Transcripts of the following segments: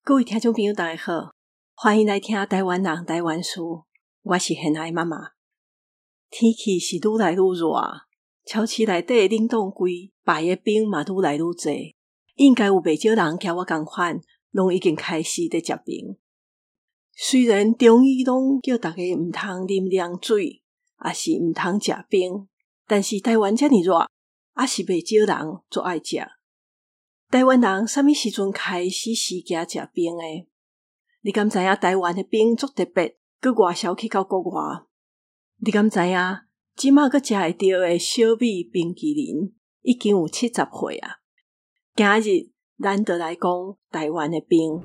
各位听众朋友大家好，欢迎来听台湾人台湾事，我是现爱妈妈。天气是愈来愈热，超市内底的冷冻柜摆的冰嘛愈来愈侪，应该有袂少人甲我同款，拢已经开始在食冰。虽然中医拢叫大家毋通啉凉水，也是毋通食冰，但是台湾这么热，也是袂少人做爱食。台湾人什么时阵开始时行食冰的？你敢知影台湾的冰足特别，佮外销去到国外？你敢知影即马佮食会到的小米冰淇淋已经有70岁啊？今日咱就来讲台湾的冰。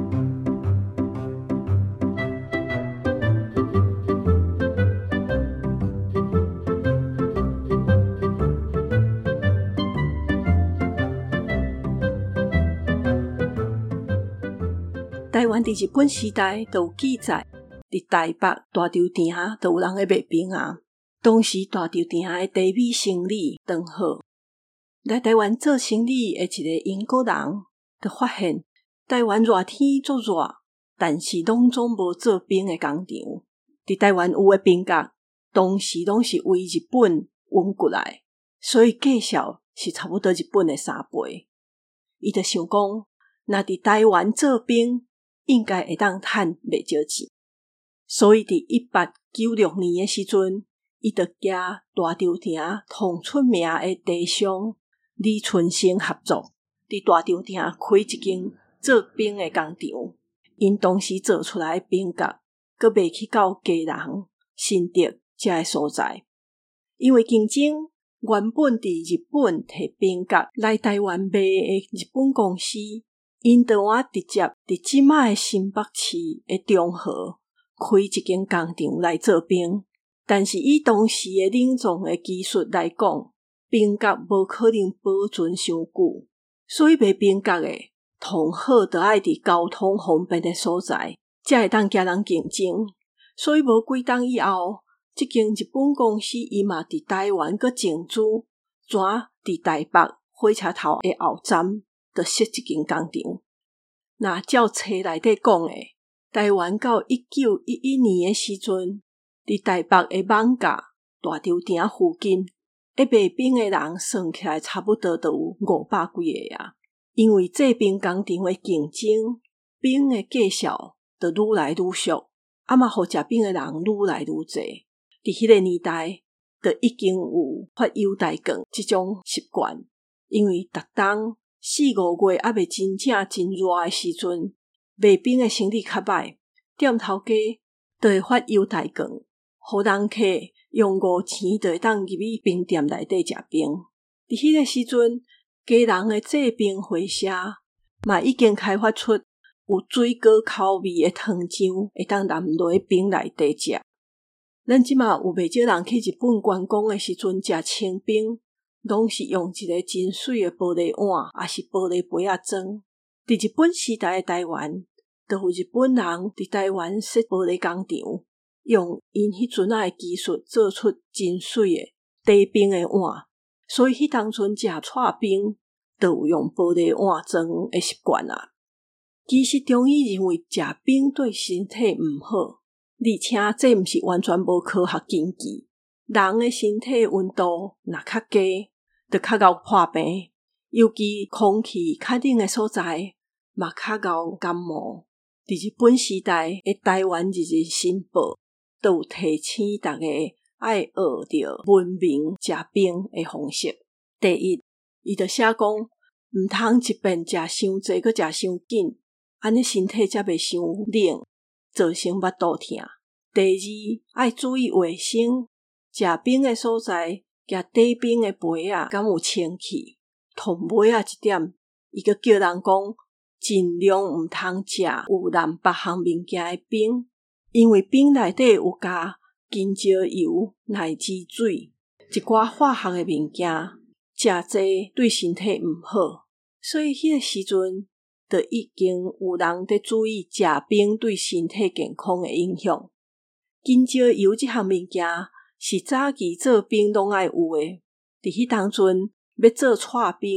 台湾伫日本时代就有记载，伫台北大稻埕就有人在卖冰啊。当时大稻埕的低美生理刚好来台湾做生理的一个英国人，就发现台湾热天足热，但是拢总无做冰的工厂。伫台湾有的冰角，当时拢是为日本运过来，所以价钱是差不多日本的3倍。伊就想讲，若伫台湾做冰，应该会当赚袂少钱，所以伫1896年的时阵，伊就甲大稻埕同出名的茶商李春生合作，伫大稻埕开一间做冰的工厂。因当时做出来的冰角，佮卖去到佳人、新竹遮个所在。因为竞争，原本伫日本摕冰角来台湾卖的日本公司，因就我直接伫即卖的新北市的中和开一间工厂来做冰，但是以当时的冷藏的技术来讲，冰角无可能保存伤久，所以卖冰角的同好就爱伫交通方便的所在，才会当甲人竞争。所以无几冬以后，即间日本公司伊嘛伫台湾佮静止，怎伫台北火车头的后站就设一间工厂。那照册内底讲的，台湾到1911年的时阵，伫台北的艋舺、大稻埕附近，卖冰的人算起来差不多就有500几个啊。因为制冰工厂的竞争，冰的价钱就愈来愈俗，嘛互食冰的人愈来愈侪。伫迄个年代，就已经有发油台券即种习惯，因为逐冬4-5月还未真正真热的时阵，卖冰的生意较歹，店头家就会发优待券，互人客用5钱就会当入去冰店内底食冰。伫迄个时阵，佳人的制冰会社嘛已经开发出有水果口味的糖浆，会当淋落冰内底食。咱即马有袂少人去日本观光的时阵食清冰，拢是用一个真水的玻璃碗，也是玻璃杯仔装。伫日本时代的台湾，就有日本人伫台湾设玻璃工厂，用因迄阵仔的技术做出真水的低冰的碗，所以迄当阵食串冰，就有用玻璃碗装的习惯啊。其实中医认为食冰对身体毋好，而且这毋是完全无科学根据。人的身体温度若较低，就较容易破病，尤其空气较冷的所在，嘛较容易感冒。伫日本时代的台湾日日新报，都有提醒大家爱学着文明食冰的方式。第一，伊就写讲，毋通一遍食伤济，佮食伤紧，安尼身体才袂伤冷，造成腹肚痛。第二，爱注意卫生，食冰的所在，夹底冰的杯啊，敢有清气。同尾啊一点，伊佮叫人讲，尽量毋通食有含别项物件的冰，因为冰内底有加金蕉油、奶汁水，一寡化学的物件，食济对身体毋好。所以迄个时阵，就已经有人在注意食冰对身体健康的影响。金蕉油这项物件是早期做冰拢爱有的，伫迄当阵要做串冰，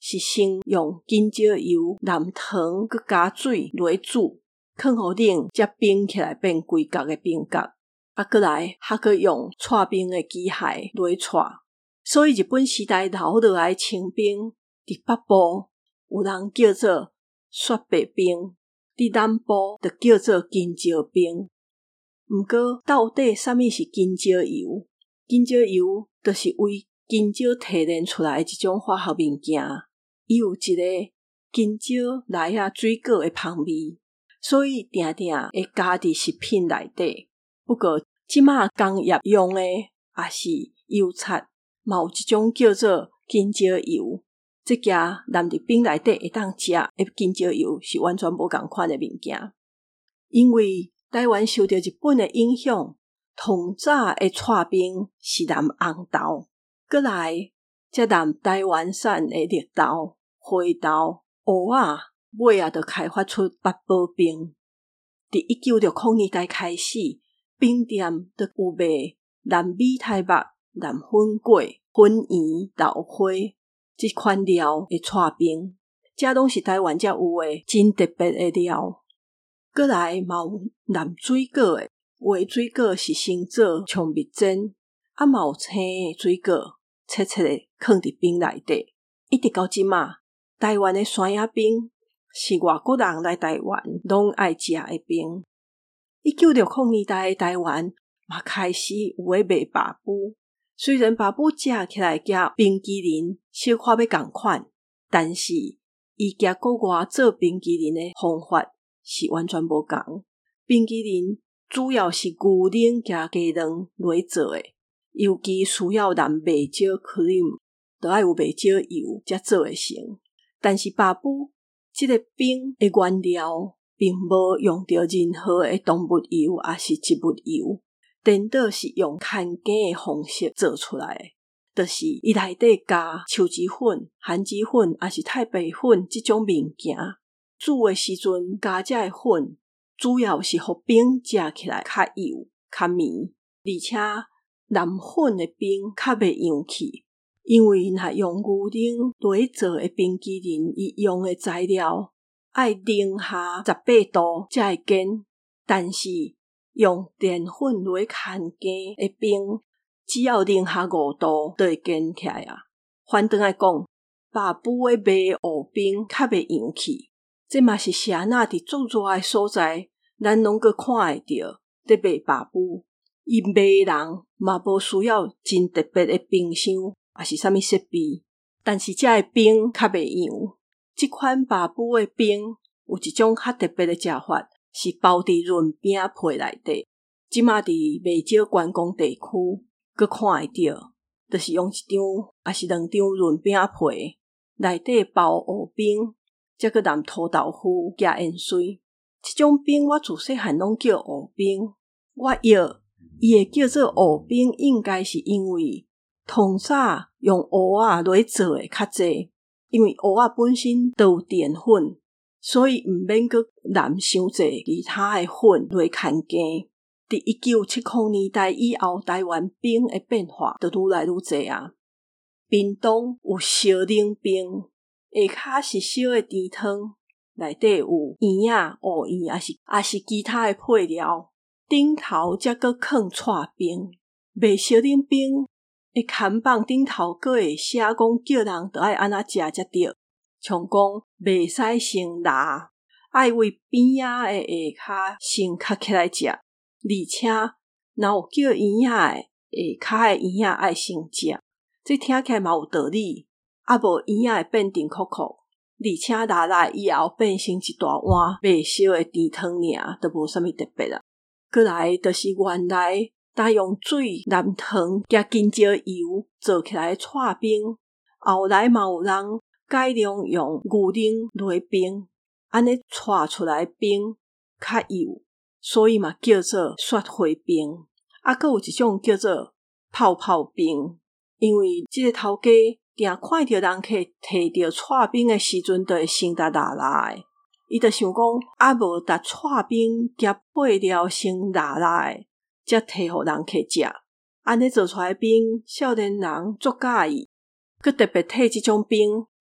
是先用金蕉油淋糖，佮加水落煮，放互冷，才冰起来变规角的冰角。过来还佮用搓冰的机械落搓。所以日本时代留落来清冰，伫北部有人叫做雪白冰，伫南部就叫做金蕉冰。毋过到底啥物是金蕉油？金蕉油就是为金蕉提炼出来的一种化学物件，伊有一个金蕉内水果的香味，所以定定会加伫食品内底。不过即马工业用的也是油漆，嘛有一种叫做金蕉油，这件淋伫冰内底会当食的金蕉油是完全无共款的物件。因为台湾受到日本的影响，通早的搓冰是淋红豆，过来才淋台湾产的绿豆、花豆、蚵仔，尾就开发出八宝冰。伫1960年代开始，冰店就有卖淋米苔目、淋粉粿、粉圆、豆花这款料的搓冰，这拢是台湾才有的真特别的料。过来嘛有淋水果的，有的水果是先做像蜜饯，嘛有青的水果切切的放伫冰内底。一直到即马，台湾的山野冰是外国人来台湾拢爱食的冰。1960年代的台湾嘛开始有咧卖肉麸，虽然肉麸食起来甲冰淇淋小可要共款，但是伊甲国外做冰淇淋的方法是完全无同。冰淇淋主要是牛奶加鸡卵落做的，尤其需要淋麦椒 cream， 就要有麦椒油才做会成。但是肉麸这个冰的原料并无用到任何的动物油也是植物油，颠倒是用牵羹的方式做出来的，就是伊内底加树脂粉、番薯粉还是太白粉这种物件，煮的时阵加这个粉，主要是互冰食起来较油较绵，而且淋粉的冰较袂扬起。因为若用牛奶落做的冰淇淋，伊用的材料要零下18度才会坚，但是用淀粉落牵羹的冰，只要零下5度就会坚起来啊。反倒来讲，肉麸的卖乌冰较袂扬起，这嘛是啥那伫足热的所在，咱拢阁看会到在卖肉麸，伊卖人嘛无需要真特别的冰箱还是啥物设备，但是这个冰较袂扬。这款肉麸的冰有一种较特别的食法，是包伫润饼皮内底。即马伫袂少观光地区阁看会到，就是用一张还是2张润饼皮，内底包乌冰，才阁淋土豆腐加盐水。这种冰我自细汉拢叫乌冰。我药伊会叫做乌冰，应该是因为通早用蚵仔落做的较济，因为蚵仔本身都有淀粉，所以毋免阁淋伤济其他的粉落牵羹。伫1970年代以后，台湾冰的变化就愈来愈济啊。冰冻有烧冷冰，下骹是烧的甜汤，内底有圆仔、乌圆还是其他的配料，顶头才阁放搓冰。卖烧冷冰的看板顶头阁会写讲叫人就爱安怎食才对，像讲袂使先辣，爱为边仔的下骹先磕起来食，而且若有叫圆仔的下骹的圆仔爱先食，这听起来嘛有道理，无圆仔会变甜酷酷，而且辣辣以后变成一大碗袂烧的甜汤尔，都无啥物特别啊。过来就是原来搭用水淋糖加金蕉油做起来的搓冰，后来嘛有人改良用牛奶落冰，安尼搓出来冰较油，所以嘛叫做雪花冰。还有一种叫做泡泡冰，因为这个头家定看到人客摕到搓冰的时阵就会先辣辣的，伊就想讲无搭搓冰加配料先辣辣的，才摕互人客食。安尼做出来的冰，少年人足喜意，佮特别摕这种冰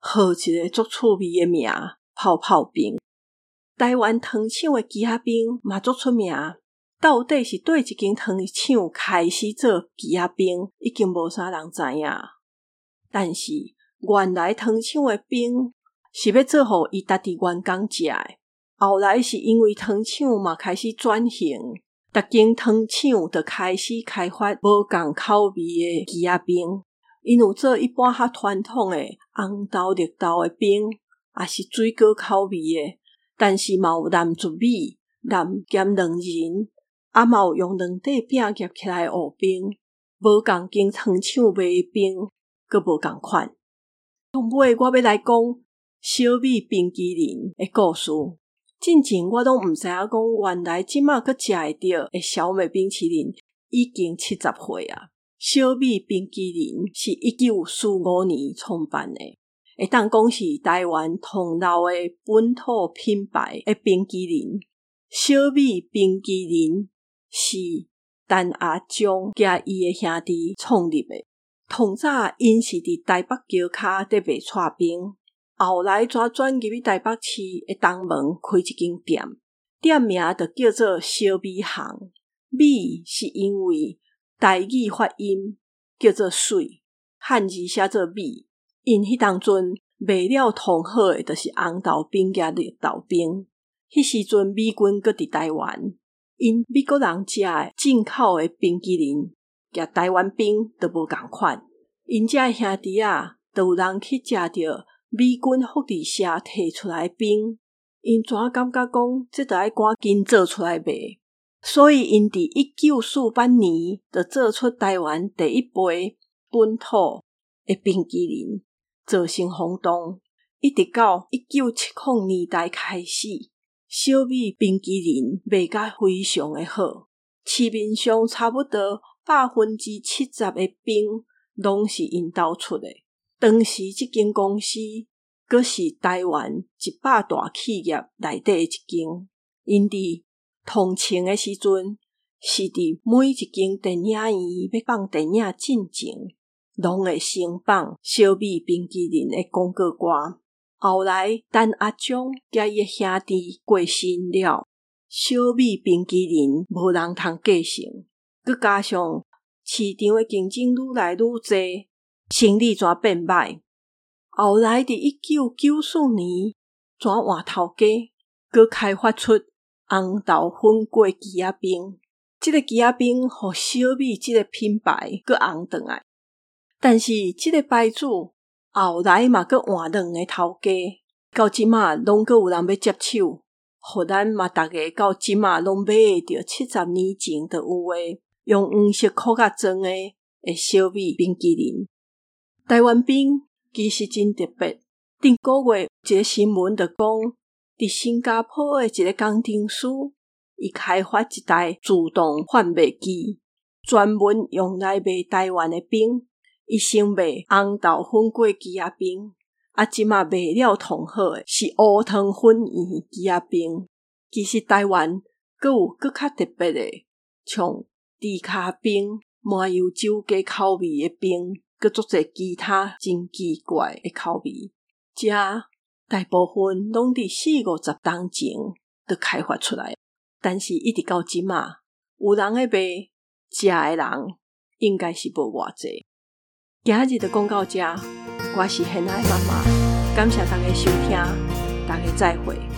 号一个足趣味的名泡泡冰。台湾糖厂的鸡仔冰嘛足出名，到底是对一间糖厂开始做鸡仔冰，已经无啥人知影。但是原来糖厂的冰是要做互伊家己员工食的，后来是因为糖厂嘛开始转型，逐间糖厂就开始开发无共口味的鸡仔冰。因有做一般较传统的红豆、绿豆的冰，也是水果口味的，但是嘛有蓝竹米、蓝兼两仁，嘛有用两块饼夹起来的乌冰，无共间糖厂卖的冰，阁无共款。从尾我要来讲小米冰淇淋的故事。进前我拢毋知影讲，原来即马阁食会到的小米冰淇淋已經70歲啊！小米冰淇淋是1945年創辦的，會當講是台灣同老的本土品牌的冰淇淋。小米冰淇淋是陳阿忠甲伊的兄弟創立的。通早因是佇台北橋骹在賣串冰，後來轉入去台北市的東門開一間店，店名就叫做小米行。米是因為台語發音叫做水，漢字寫做米。因迄當陣賣了同好的就是紅豆冰甲綠豆冰。迄時陣美軍閣佇台灣，因美國人食的進口的冰淇淋甲台灣冰都無共款。因遮的兄弟啊，都有人去食着美軍福利社摕出來冰，因怎感覺講這就要趕緊做出來賣。所以因佇1948年就做出台灣第一杯本土的冰淇淋，造成轟動。一直到1970年代開始，小米冰淇淋賣甲非常的好，市面上差不多70%的冰攏是因兜出的。當時這間公司閣是台灣100大企業內底的一間，因佇同情的時陣，是佇每一間電影院要放電影進前，攏會先放小米冰淇淋的廣告歌。後來陳阿忠甲伊的兄弟過身了，小米冰淇淋無人通繼承，佮加上市場的競爭愈來愈濟，生意轉變歹。後來佇1994年，轉換頭家，佮開發出紅豆粉過雞仔冰，這個雞仔冰互小米這個品牌佮紅轉來。但是這個牌子後來嘛佮換兩個頭家，到即馬攏佮有人要接手，互咱嘛大家到即馬攏買會到70年前就有誒，用黃色殼甲裝誒小米冰淇淋。台灣冰其實真特別。頂個月一個新聞就講，佇新加坡的一個工程師，伊開發一台自動販賣機，專門用來賣台灣的冰。伊先賣紅豆粉過雞仔冰，即馬賣了同好的是烏糖粉圓雞仔冰。其實台灣閣有閣較特別的，像豬腳冰、麻油酒加口味的冰，閣足儕其他真奇怪的口味。這大部分攏佇40-50年前就開發出來，但是一直到即馬有人會賣，食的人應該是無偌濟。今日就講到這，我是現在媽媽，感謝大家收聽，大家再會。